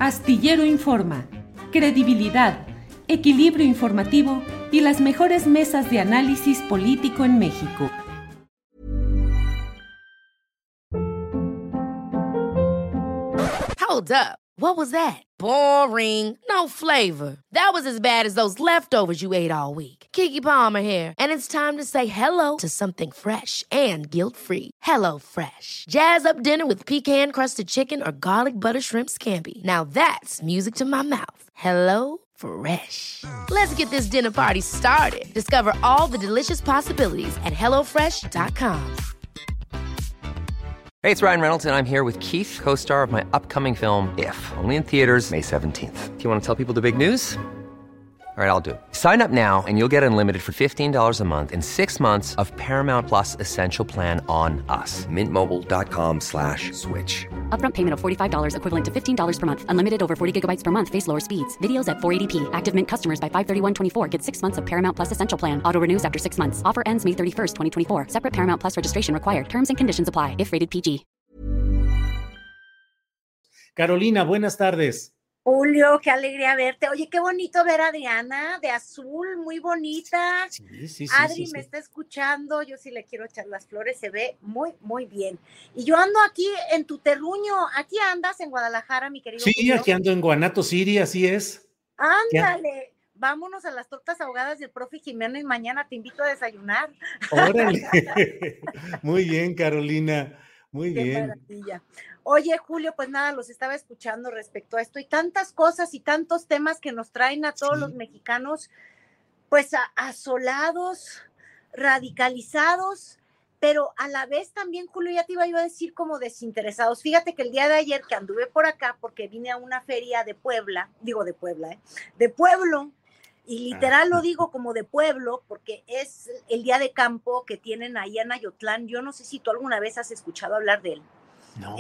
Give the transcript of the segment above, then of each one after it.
Astillero Informa, credibilidad, equilibrio informativo y las mejores mesas de análisis político en México. Hold up. What was that? Boring. No flavor. That was as bad as those leftovers you ate all week. Keke Palmer here, and it's time to say hello to something fresh and guilt-free. Hello Fresh. Jazz up dinner with pecan-crusted chicken or garlic butter shrimp scampi. Now that's music to my mouth. Hello Fresh. Let's get this dinner party started. Discover all the delicious possibilities at hellofresh.com. Hey, it's Ryan Reynolds, and I'm here with Keith, co-star of my upcoming film, If, only in theaters May 17th. Do you want to tell people the big news? All right, I'll do it. Sign up now and you'll get unlimited for $15 a month and 6 months of Paramount Plus Essential Plan on us. MintMobile.com/switch. Upfront payment of $45 equivalent to $15 per month. Unlimited over 40 gigabytes per month. Face lower speeds. Videos at 480p. Active Mint customers by 531.24 get 6 months of Paramount Plus Essential Plan. Auto renews after 6 months. Offer ends May 31st, 2024. Separate Paramount Plus registration required. Terms and conditions apply if rated PG. Carolina, buenas tardes. Julio, qué alegría verte. Oye, qué bonito ver a Adriana de azul, muy bonita. Sí. Adri me está escuchando, yo sí le quiero echar las flores, se ve muy, muy bien. Y yo ando aquí en tu terruño, aquí andas en Guadalajara, mi querido Sí, Julio. aquí ando en Guanato City, así es. Ándale, vámonos a las tortas ahogadas del profe Jiménez, mañana te invito a desayunar. Órale. Muy bien, Carolina, muy Qué bien. maravilla. Oye, Julio, pues nada, los estaba escuchando respecto a esto y tantas cosas y tantos temas que nos traen a todos los mexicanos, pues asolados, radicalizados, pero a la vez también, Julio, ya te iba yo a decir como desinteresados. Fíjate que el día de ayer que anduve por acá, porque vine a una feria de Puebla, de pueblo, y literal lo digo como de pueblo, porque es el día de campo que tienen ahí en Ayotlán. Yo no sé si tú alguna vez has escuchado hablar de él. No.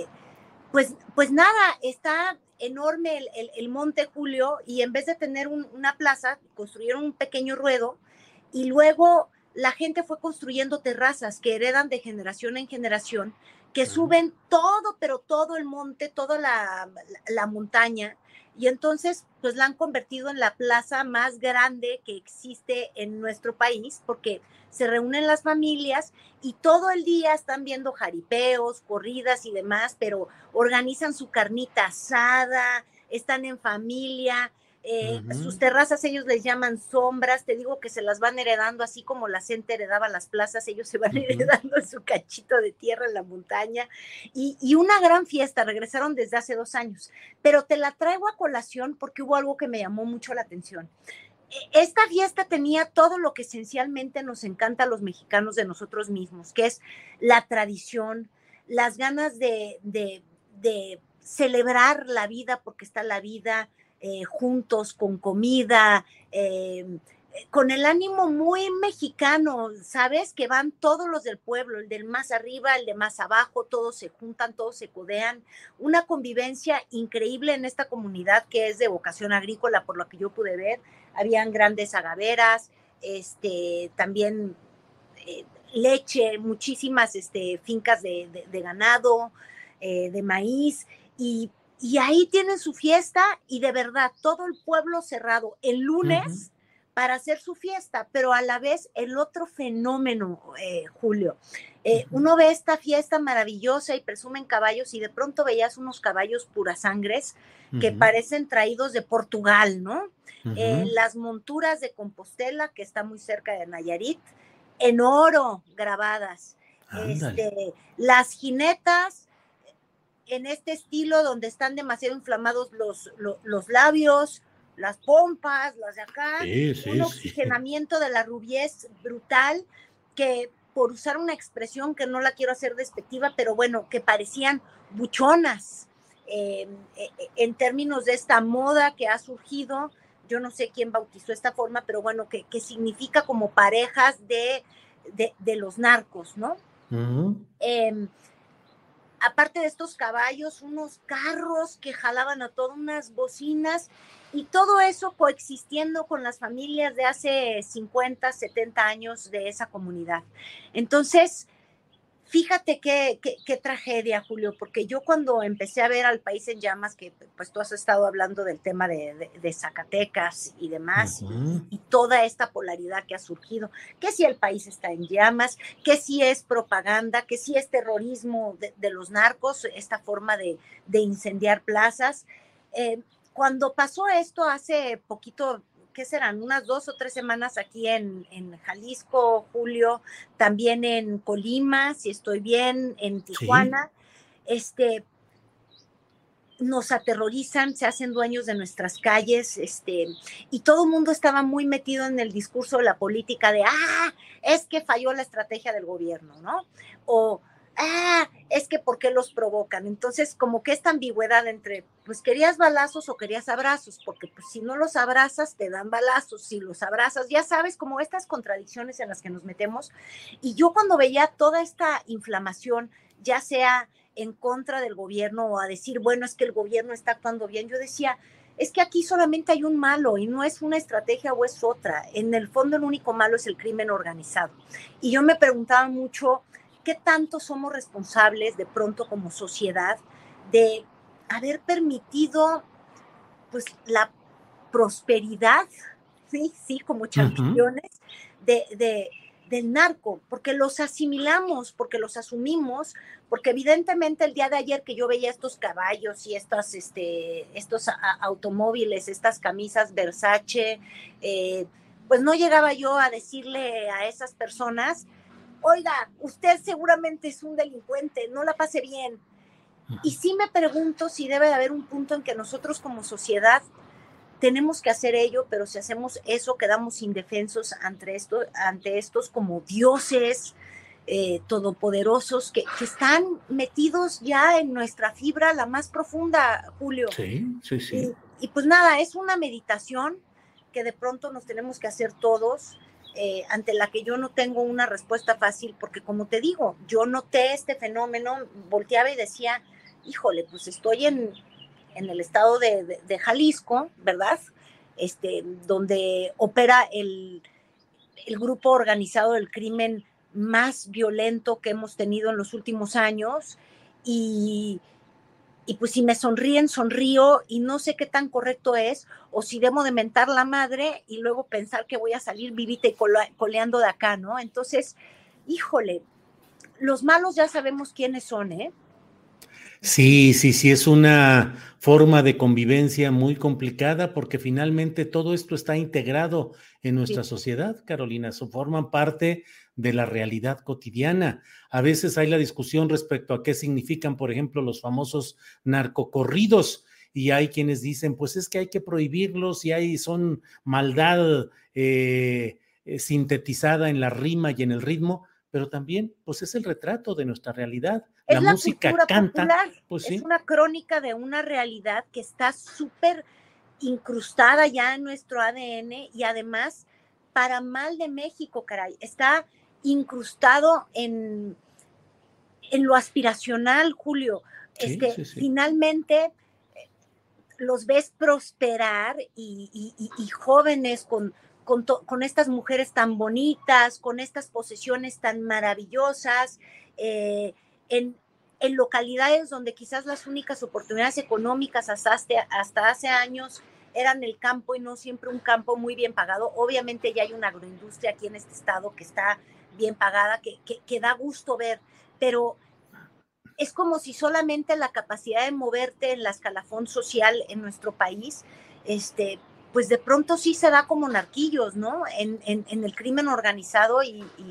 Pues nada, está enorme el monte, Julio, y en vez de tener una plaza, construyeron un pequeño ruedo y luego la gente fue construyendo terrazas que heredan de generación en generación, que suben todo, pero todo el monte, toda la montaña, y entonces pues la han convertido en la plaza más grande que existe en nuestro país, porque se reúnen las familias y todo el día están viendo jaripeos, corridas y demás, pero organizan su carnita asada, están en familia, sus terrazas ellos les llaman sombras, te digo que se las van heredando así como la gente heredaba las plazas, ellos se van heredando su cachito de tierra en la montaña, y una gran fiesta, regresaron desde hace 2 años, pero te la traigo a colación porque hubo algo que me llamó mucho la atención. Esta fiesta tenía todo lo que esencialmente nos encanta a los mexicanos de nosotros mismos, que es la tradición, las ganas de celebrar la vida porque está la vida, juntos, con comida, con el ánimo muy mexicano, ¿sabes? Que van todos los del pueblo, el del más arriba, el de más abajo, todos se juntan, todos se codean, una convivencia increíble en esta comunidad que es de vocación agrícola, por lo que yo pude ver. Habían grandes agaveras, también leche, muchísimas fincas de ganado, de maíz, y ahí tienen su fiesta, y de verdad, todo el pueblo cerrado el lunes para hacer su fiesta, pero a la vez el otro fenómeno, Julio, uno ve esta fiesta maravillosa y presumen caballos, y de pronto veías unos caballos purasangres que parecen traídos de Portugal, ¿no? Las monturas de Compostela, que está muy cerca de Nayarit, en oro grabadas, las jinetas en este estilo donde están demasiado inflamados los labios, las pompas, las de acá, un oxigenamiento de la rubiez brutal, que por usar una expresión que no la quiero hacer despectiva, pero bueno, que parecían buchonas, en términos de esta moda que ha surgido, yo no sé quién bautizó esta forma, pero bueno, que significa como parejas de los narcos, ¿no? Aparte de estos caballos, unos carros que jalaban a todas unas bocinas, y todo eso coexistiendo con las familias de hace 50, 70 años de esa comunidad. Entonces, Fíjate qué tragedia, Julio, porque yo cuando empecé a ver al país en llamas, que pues tú has estado hablando del tema de Zacatecas y demás, y toda esta polaridad que ha surgido, que si el país está en llamas, que si es propaganda, que si es terrorismo de los narcos, esta forma de incendiar plazas. Cuando pasó esto hace poquito, ¿qué serán? Unas 2 o 3 semanas aquí en Jalisco, Julio, también en Colima, si estoy bien, en Tijuana, sí. Nos aterrorizan, se hacen dueños de nuestras calles, y todo el mundo estaba muy metido en el discurso de la política de, es que falló la estrategia del gobierno, ¿no? O, es que ¿por qué los provocan? Entonces, como que esta ambigüedad entre, pues querías balazos o querías abrazos, porque pues si no los abrazas, te dan balazos, si los abrazas, ya sabes, como estas contradicciones en las que nos metemos. Y yo cuando veía toda esta inflamación, ya sea en contra del gobierno o a decir, bueno, es que el gobierno está actuando bien, yo decía, es que aquí solamente hay un malo y no es una estrategia o es otra. En el fondo el único malo es el crimen organizado. Y yo me preguntaba mucho, ¿qué tanto somos responsables de pronto como sociedad de haber permitido pues la prosperidad, sí, como champiñones del narco? Porque los asimilamos, porque los asumimos, porque evidentemente el día de ayer que yo veía estos caballos y estos automóviles, estas camisas Versace, pues no llegaba yo a decirle a esas personas, oiga, usted seguramente es un delincuente, no la pase bien. Y sí me pregunto si debe de haber un punto en que nosotros como sociedad tenemos que hacer ello, pero si hacemos eso quedamos indefensos ante estos como dioses todopoderosos que están metidos ya en nuestra fibra la más profunda, Julio. Sí. Y pues nada, es una meditación que de pronto nos tenemos que hacer todos, ante la que yo no tengo una respuesta fácil, porque como te digo, yo noté este fenómeno, volteaba y decía, híjole, pues estoy en el estado de Jalisco, ¿verdad? Donde opera el grupo organizado del crimen más violento que hemos tenido en los últimos años, y pues si me sonríen, sonrío, y no sé qué tan correcto es, o si debo de mentar la madre y luego pensar que voy a salir vivita y coleando de acá, ¿no? Entonces, híjole, los malos ya sabemos quiénes son, ¿eh? Sí, es una forma de convivencia muy complicada porque finalmente todo esto está integrado en nuestra sociedad, Carolina, forman parte de la realidad cotidiana. A veces hay la discusión respecto a qué significan, por ejemplo, los famosos narcocorridos, y hay quienes dicen, pues es que hay que prohibirlos y son maldad sintetizada en la rima y en el ritmo, pero también pues es el retrato de nuestra realidad. Es la música cultura canta, popular, pues es sí. una crónica de una realidad que está súper incrustada ya en nuestro ADN, y además, para mal de México, caray, está incrustado en lo aspiracional, Julio. Sí. Finalmente los ves prosperar y jóvenes con estas mujeres tan bonitas, con estas posesiones tan maravillosas, en localidades donde quizás las únicas oportunidades económicas hasta hace años eran el campo, y no siempre un campo muy bien pagado. Obviamente ya hay una agroindustria aquí en este estado que está bien pagada, que da gusto ver, pero es como si solamente la capacidad de moverte en la escalafón social en nuestro país, pues de pronto sí se da como narquillos, ¿no? En el crimen organizado,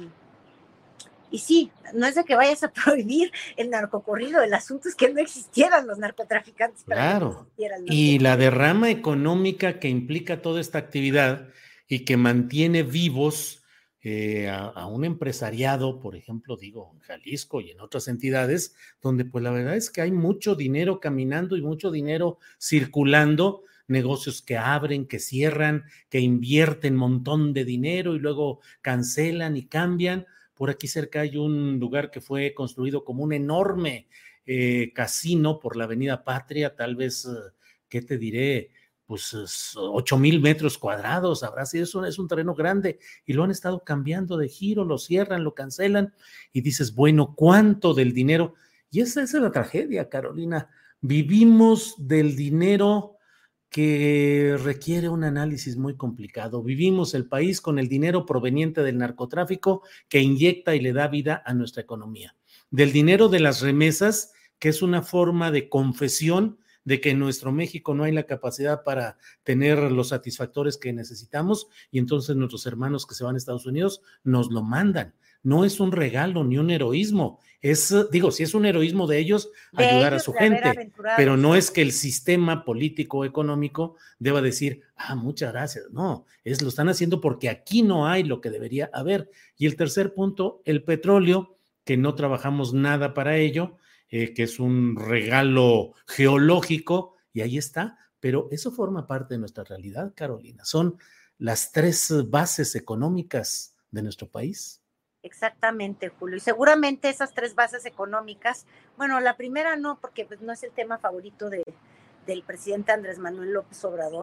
y sí, no es de que vayas a prohibir el narcocorrido, el asunto es que no existieran los narcotraficantes. Claro, y la derrama económica que implica toda esta actividad y que mantiene vivos a un empresariado, por ejemplo, digo, en Jalisco y en otras entidades, donde pues la verdad es que hay mucho dinero caminando y mucho dinero circulando, negocios que abren, que cierran, que invierten un montón de dinero y luego cancelan y cambian. Por aquí cerca hay un lugar que fue construido como un enorme casino por la Avenida Patria, tal vez, ¿qué te diré? pues 8,000 metros cuadrados, habrá sido, es un terreno grande, y lo han estado cambiando de giro, lo cierran, lo cancelan, y dices, bueno, ¿cuánto del dinero? Y esa es la tragedia, Carolina. Vivimos del dinero que requiere un análisis muy complicado. Vivimos el país con el dinero proveniente del narcotráfico que inyecta y le da vida a nuestra economía. Del dinero de las remesas, que es una forma de confesión de que en nuestro México no hay la capacidad para tener los satisfactores que necesitamos, y entonces nuestros hermanos que se van a Estados Unidos nos lo mandan. No es un regalo ni un heroísmo, sí es un heroísmo de ellos ayudar a su gente, pero no es que el sistema político económico deba decir, muchas gracias. No, lo están haciendo porque aquí no hay lo que debería haber. Y el tercer punto, el petróleo, que no trabajamos nada para ello, que es un regalo geológico, y ahí está, pero eso forma parte de nuestra realidad, Carolina. Son las 3 bases económicas de nuestro país. Exactamente, Julio. Y seguramente esas 3 bases económicas, bueno, la primera no, porque pues, no es el tema favorito del presidente Andrés Manuel López Obrador.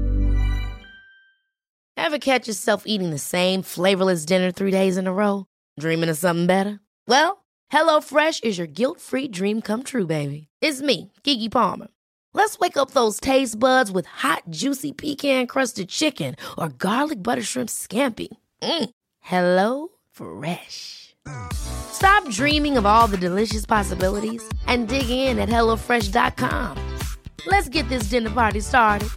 Ever catch yourself eating the same flavorless dinner 3 days in a row? Dreaming of something better? Well, HelloFresh is your guilt-free dream come true, baby. It's me, Keke Palmer. Let's wake up those taste buds with hot, juicy pecan-crusted chicken or garlic butter shrimp scampi. Hello Fresh. Stop dreaming of all the delicious possibilities and dig in at HelloFresh.com. Let's get this dinner party started.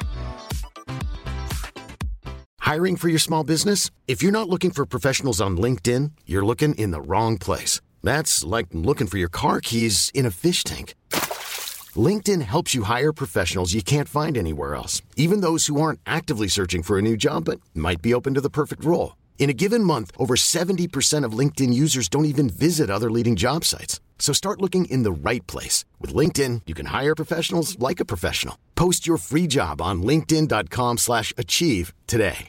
Hiring for your small business? If you're not looking for professionals on LinkedIn, you're looking in the wrong place. That's like looking for your car keys in a fish tank. LinkedIn helps you hire professionals you can't find anywhere else, even those who aren't actively searching for a new job but might be open to the perfect role. In a given month, over 70% of LinkedIn users don't even visit other leading job sites. So start looking in the right place. With LinkedIn, you can hire professionals like a professional. Post your free job on linkedin.com/achieve today.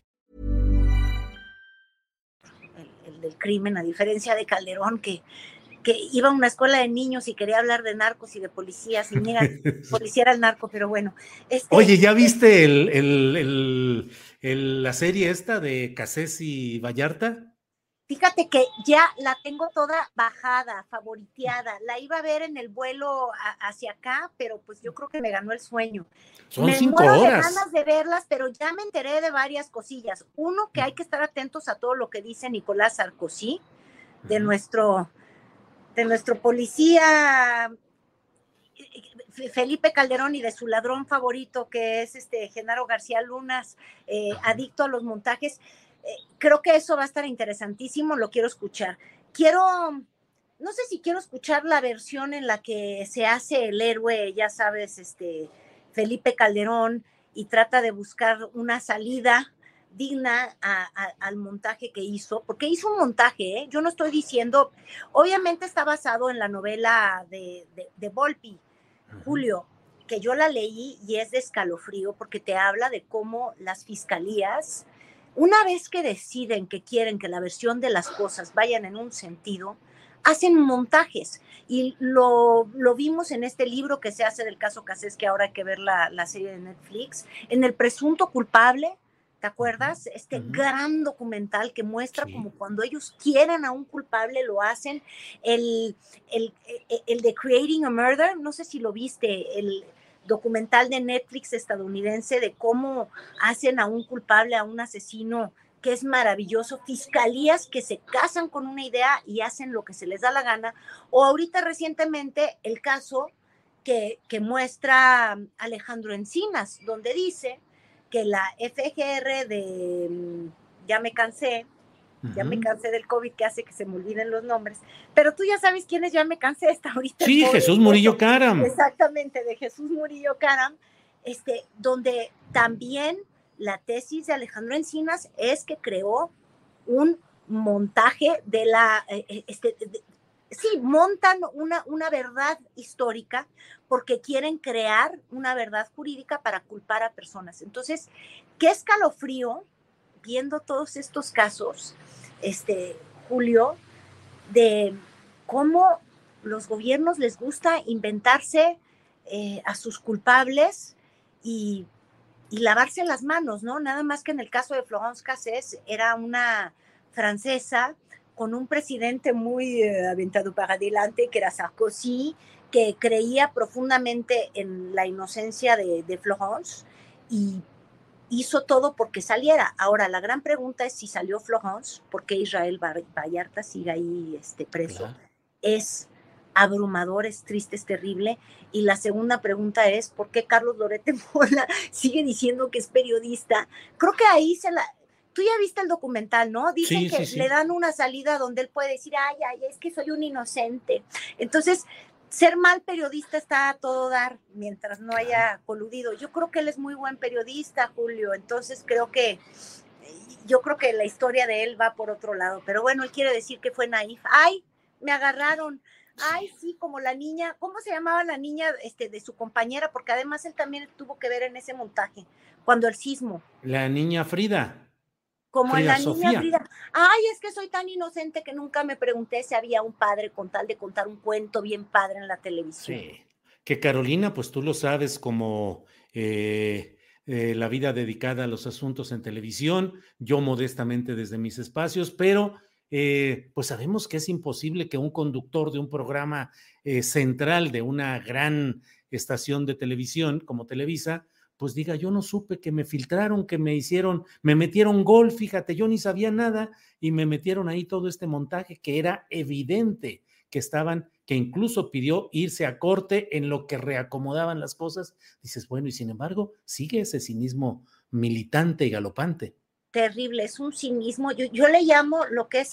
El del crimen, a diferencia de Calderón, que iba a una escuela de niños y quería hablar de narcos y de policías, y mira, policía era el narco, pero bueno. Oye, ¿ya viste la serie esta de Cassés y Vallarta? Fíjate que ya la tengo toda bajada, favoriteada. La iba a ver en el vuelo hacia acá, pero pues yo creo que me ganó el sueño. Son 5 horas. Me muero de ganas de verlas, pero ya me enteré de varias cosillas. Uno, que hay que estar atentos a todo lo que dice Nicolás Sarkozy, de nuestro policía Felipe Calderón, y de su ladrón favorito, que es Genaro García Lunas, adicto a los montajes. Creo que eso va a estar interesantísimo, lo quiero escuchar. No sé si quiero escuchar la versión en la que se hace el héroe, ya sabes, Felipe Calderón, y trata de buscar una salida digna al montaje que hizo, porque hizo un montaje, yo no estoy diciendo, obviamente está basado en la novela de Volpi, Julio, que yo la leí y es de escalofrío, porque te habla de cómo las fiscalías, una vez que deciden que quieren que la versión de las cosas vayan en un sentido, hacen montajes, y lo vimos en este libro que se hace del caso Cassés, que ahora hay que ver la serie de Netflix, en El presunto culpable. ¿Te acuerdas? Gran documental que muestra como cuando ellos quieren a un culpable lo hacen. El de Creating a Murder, no sé si lo viste, el documental de Netflix estadounidense de cómo hacen a un culpable, a un asesino, que es maravilloso. Fiscalías que se casan con una idea y hacen lo que se les da la gana. O ahorita recientemente el caso que muestra Alejandro Encinas, donde dice que la FGR ya me cansé del COVID, que hace que se me olviden los nombres, pero tú ya sabes quién es Ya me cansé, está ahorita. Sí, Jesús Murillo Caram. Exactamente, de Jesús Murillo Caram, donde también la tesis de Alejandro Encinas es que creó un montaje de montan una verdad histórica porque quieren crear una verdad jurídica para culpar a personas. Entonces, qué escalofrío viendo todos estos casos, Julio, de cómo los gobiernos les gusta inventarse a sus culpables, y lavarse las manos, ¿no? Nada más que en el caso de Florence Cassés era una francesa con un presidente muy aventado para adelante, que era Sarkozy, que creía profundamente en la inocencia de Florence y hizo todo porque saliera. Ahora, la gran pregunta es si salió Florence, ¿por qué Israel Vallarta sigue ahí preso? Claro. Es abrumador, es triste, es terrible. Y la segunda pregunta es, ¿por qué Carlos Loret de Mola sigue diciendo que es periodista? Creo que ahí tú ya viste el documental, ¿no? Dicen que le dan una salida donde él puede decir, ay, es que soy un inocente. Entonces, ser mal periodista está a todo dar mientras no haya coludido. Yo creo que él es muy buen periodista, Julio, entonces yo creo que la historia de él va por otro lado, pero bueno, él quiere decir que fue naif. Ay, me agarraron. Ay, sí, como la niña, ¿cómo se llamaba la niña de su compañera? Porque además él también tuvo que ver en ese montaje, cuando el sismo. La niña Frida. Como Frida en la Sofía. niña Frida. Ay, es que soy tan inocente que nunca me pregunté si había un padre con tal de contar un cuento bien padre en la televisión. Sí, que Carolina, pues tú lo sabes, como la vida dedicada a los asuntos en televisión, yo modestamente desde mis espacios, pero pues sabemos que es imposible que un conductor de un programa central de una gran estación de televisión como Televisa, pues diga, yo no supe que me filtraron, que me metieron gol, fíjate, yo ni sabía nada y me metieron ahí todo este montaje que era evidente que incluso pidió irse a corte en lo que reacomodaban las cosas. Dices, bueno, y sin embargo, sigue ese cinismo militante y galopante. Terrible, es un cinismo, yo le llamo lo que es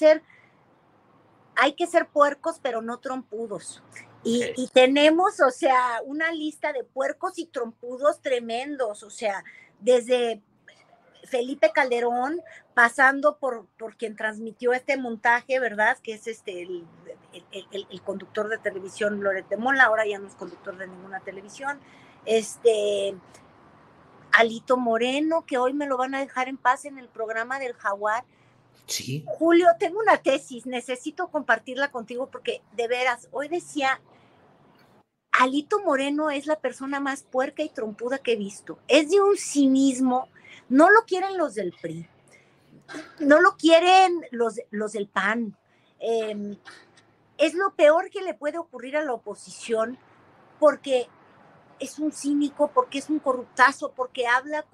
hay que ser puercos, pero no trompudos. Y tenemos, o sea, una lista de puercos y trompudos tremendos, o sea, desde Felipe Calderón, pasando por quien transmitió este montaje, ¿verdad? Que es el conductor de televisión Loret de Mola, ahora ya no es conductor de ninguna televisión, Alito Moreno, que hoy me lo van a dejar en paz en el programa del Jaguar. Sí. Julio, tengo una tesis, necesito compartirla contigo porque de veras, hoy decía, Alito Moreno es la persona más puerca y trompuda que he visto. Es de un cinismo, no lo quieren los del PRI, no lo quieren los del PAN. Es lo peor que le puede ocurrir a la oposición porque es un cínico, porque es un corruptazo, porque habla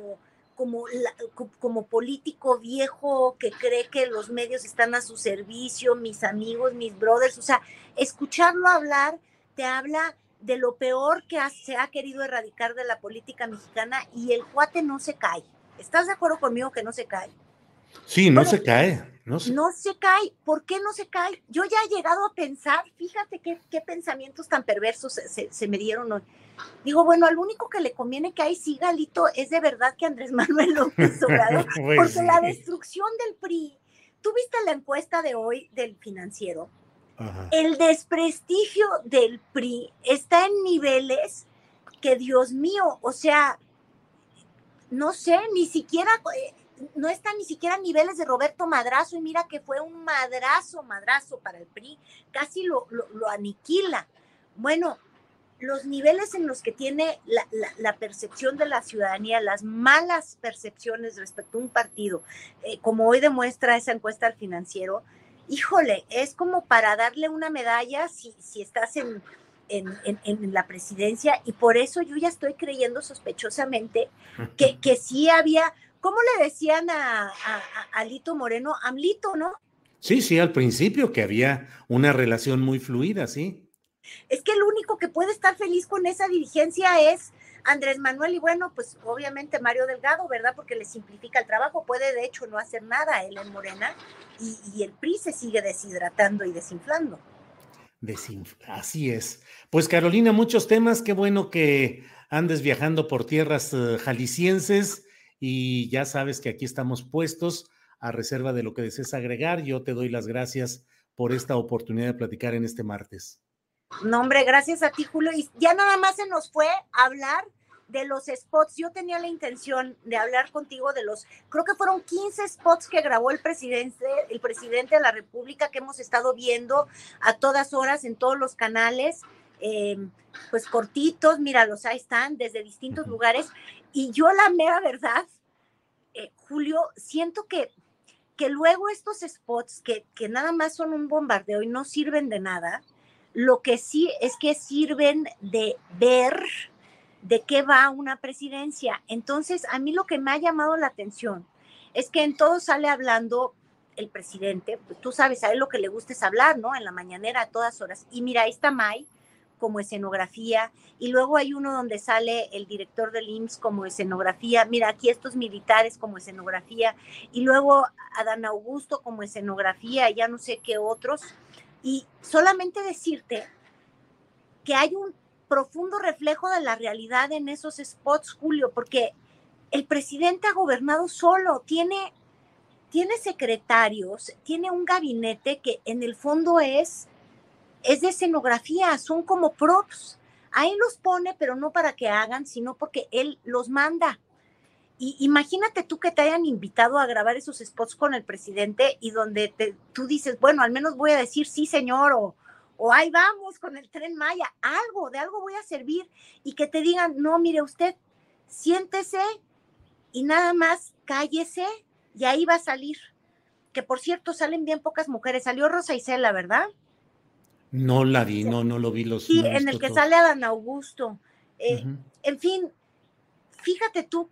como político viejo que cree que los medios están a su servicio, mis amigos, mis brothers, o sea, escucharlo hablar te habla de lo peor que se ha querido erradicar de la política mexicana y el cuate no se cae. ¿Estás de acuerdo conmigo que no se cae? Sí, no se cae. No se cae. ¿Por qué no se cae? Yo ya he llegado a pensar, fíjate qué pensamientos tan perversos se me dieron hoy. Digo, bueno, al único que le conviene que ahí siga Alito es de verdad que Andrés Manuel López Obrador, pues porque sí. La destrucción del PRI, ¿tú viste la encuesta de hoy del Financiero? Ajá. El desprestigio del PRI está en niveles que, Dios mío, o sea, no sé, ni siquiera, no está ni siquiera a niveles de Roberto Madrazo, y mira que fue un madrazo para el PRI, casi lo aniquila. Bueno, los niveles en los que tiene la percepción de la ciudadanía, las malas percepciones respecto a un partido, como hoy demuestra esa encuesta del Financiero, híjole, es como para darle una medalla si estás en la presidencia, y por eso yo ya estoy creyendo sospechosamente que sí había, ¿cómo le decían a Alito Moreno? Amlito, ¿no? Sí, al principio que había una relación muy fluida, sí. Es que el único que puede estar feliz con esa dirigencia es Andrés Manuel, y bueno, pues obviamente Mario Delgado, ¿verdad? Porque le simplifica el trabajo, puede de hecho no hacer nada él en Morena, y el PRI se sigue deshidratando y desinflando. Así es. Pues Carolina, muchos temas, qué bueno que andes viajando por tierras jaliscienses, y ya sabes que aquí estamos puestos a reserva de lo que desees agregar. Yo te doy las gracias por esta oportunidad de platicar en este martes. No, hombre, gracias a ti, Julio. Y ya nada más se nos fue a hablar de los spots. Yo tenía la intención de hablar contigo de creo que fueron 15 spots que grabó el presidente de la República, que hemos estado viendo a todas horas en todos los canales. pues cortitos, míralos, ahí están, desde distintos lugares. Y yo la mera verdad, Julio, siento que luego estos spots que nada más son un bombardeo y no sirven de nada, lo que sí es que sirven de ver de qué va una presidencia. Entonces, a mí lo que me ha llamado la atención es que en todo sale hablando el presidente, pues tú sabes, a él lo que le gusta es hablar, ¿no? En la mañanera a todas horas. Y mira, ahí está May como escenografía, y luego hay uno donde sale el director del IMSS como escenografía, mira, aquí estos militares como escenografía, y luego Adán Augusto como escenografía, ya no sé qué otros, y solamente decirte que hay un profundo reflejo de la realidad en esos spots, Julio, porque el presidente ha gobernado solo, tiene secretarios, tiene un gabinete que en el fondo es de escenografía, son como props. Ahí los pone, pero no para que hagan, sino porque él los manda. Y imagínate tú que te hayan invitado a grabar esos spots con el presidente y donde tú dices, bueno, al menos voy a decir sí, señor, o ahí vamos con el Tren Maya, de algo voy a servir, y que te digan, no, mire usted, siéntese y nada más cállese y ahí va a salir. Que por cierto, salen bien pocas mujeres. Salió Rosa Isela, ¿verdad? No la vi, no lo vi. Sí, en el que todo sale Adán Augusto. En fin, fíjate tú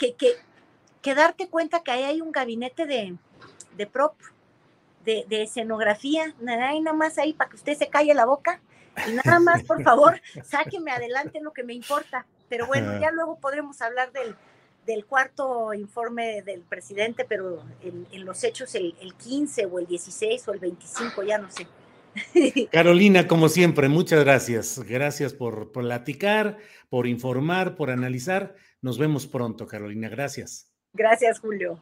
que darte cuenta que ahí hay un gabinete de prop, de escenografía, nada más ahí para que usted se calle la boca y nada más, por favor, sáqueme adelante lo que me importa. Pero bueno, ya luego podremos hablar del cuarto informe del presidente, pero en los hechos el 15 o el 16 o el 25, ya no sé. Carolina, como siempre, muchas gracias. Gracias por platicar, por informar, por analizar. Nos vemos pronto, Carolina. Gracias. Gracias, Julio.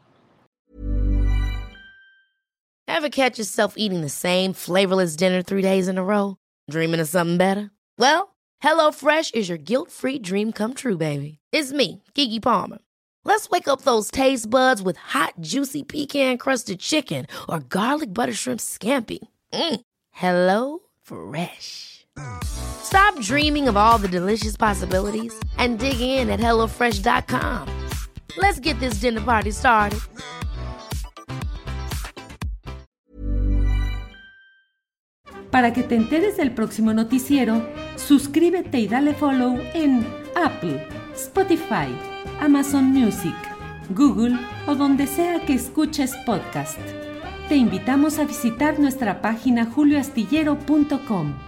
Ever catch yourself eating the same flavorless dinner 3 days in a row? Dreaming of something better? Well, HelloFresh is your guilt-free dream come true, baby. It's me, Keke Palmer. Let's wake up those taste buds with hot, juicy pecan-crusted chicken or garlic butter shrimp scampi. Hello Fresh. Stop dreaming of all the delicious possibilities and dig in at HelloFresh.com. Let's get this dinner party started. Para que te enteres del próximo noticiero, suscríbete y dale follow en Apple, Spotify, Amazon Music, Google o donde sea que escuches podcast. Te invitamos a visitar nuestra página julioastillero.com.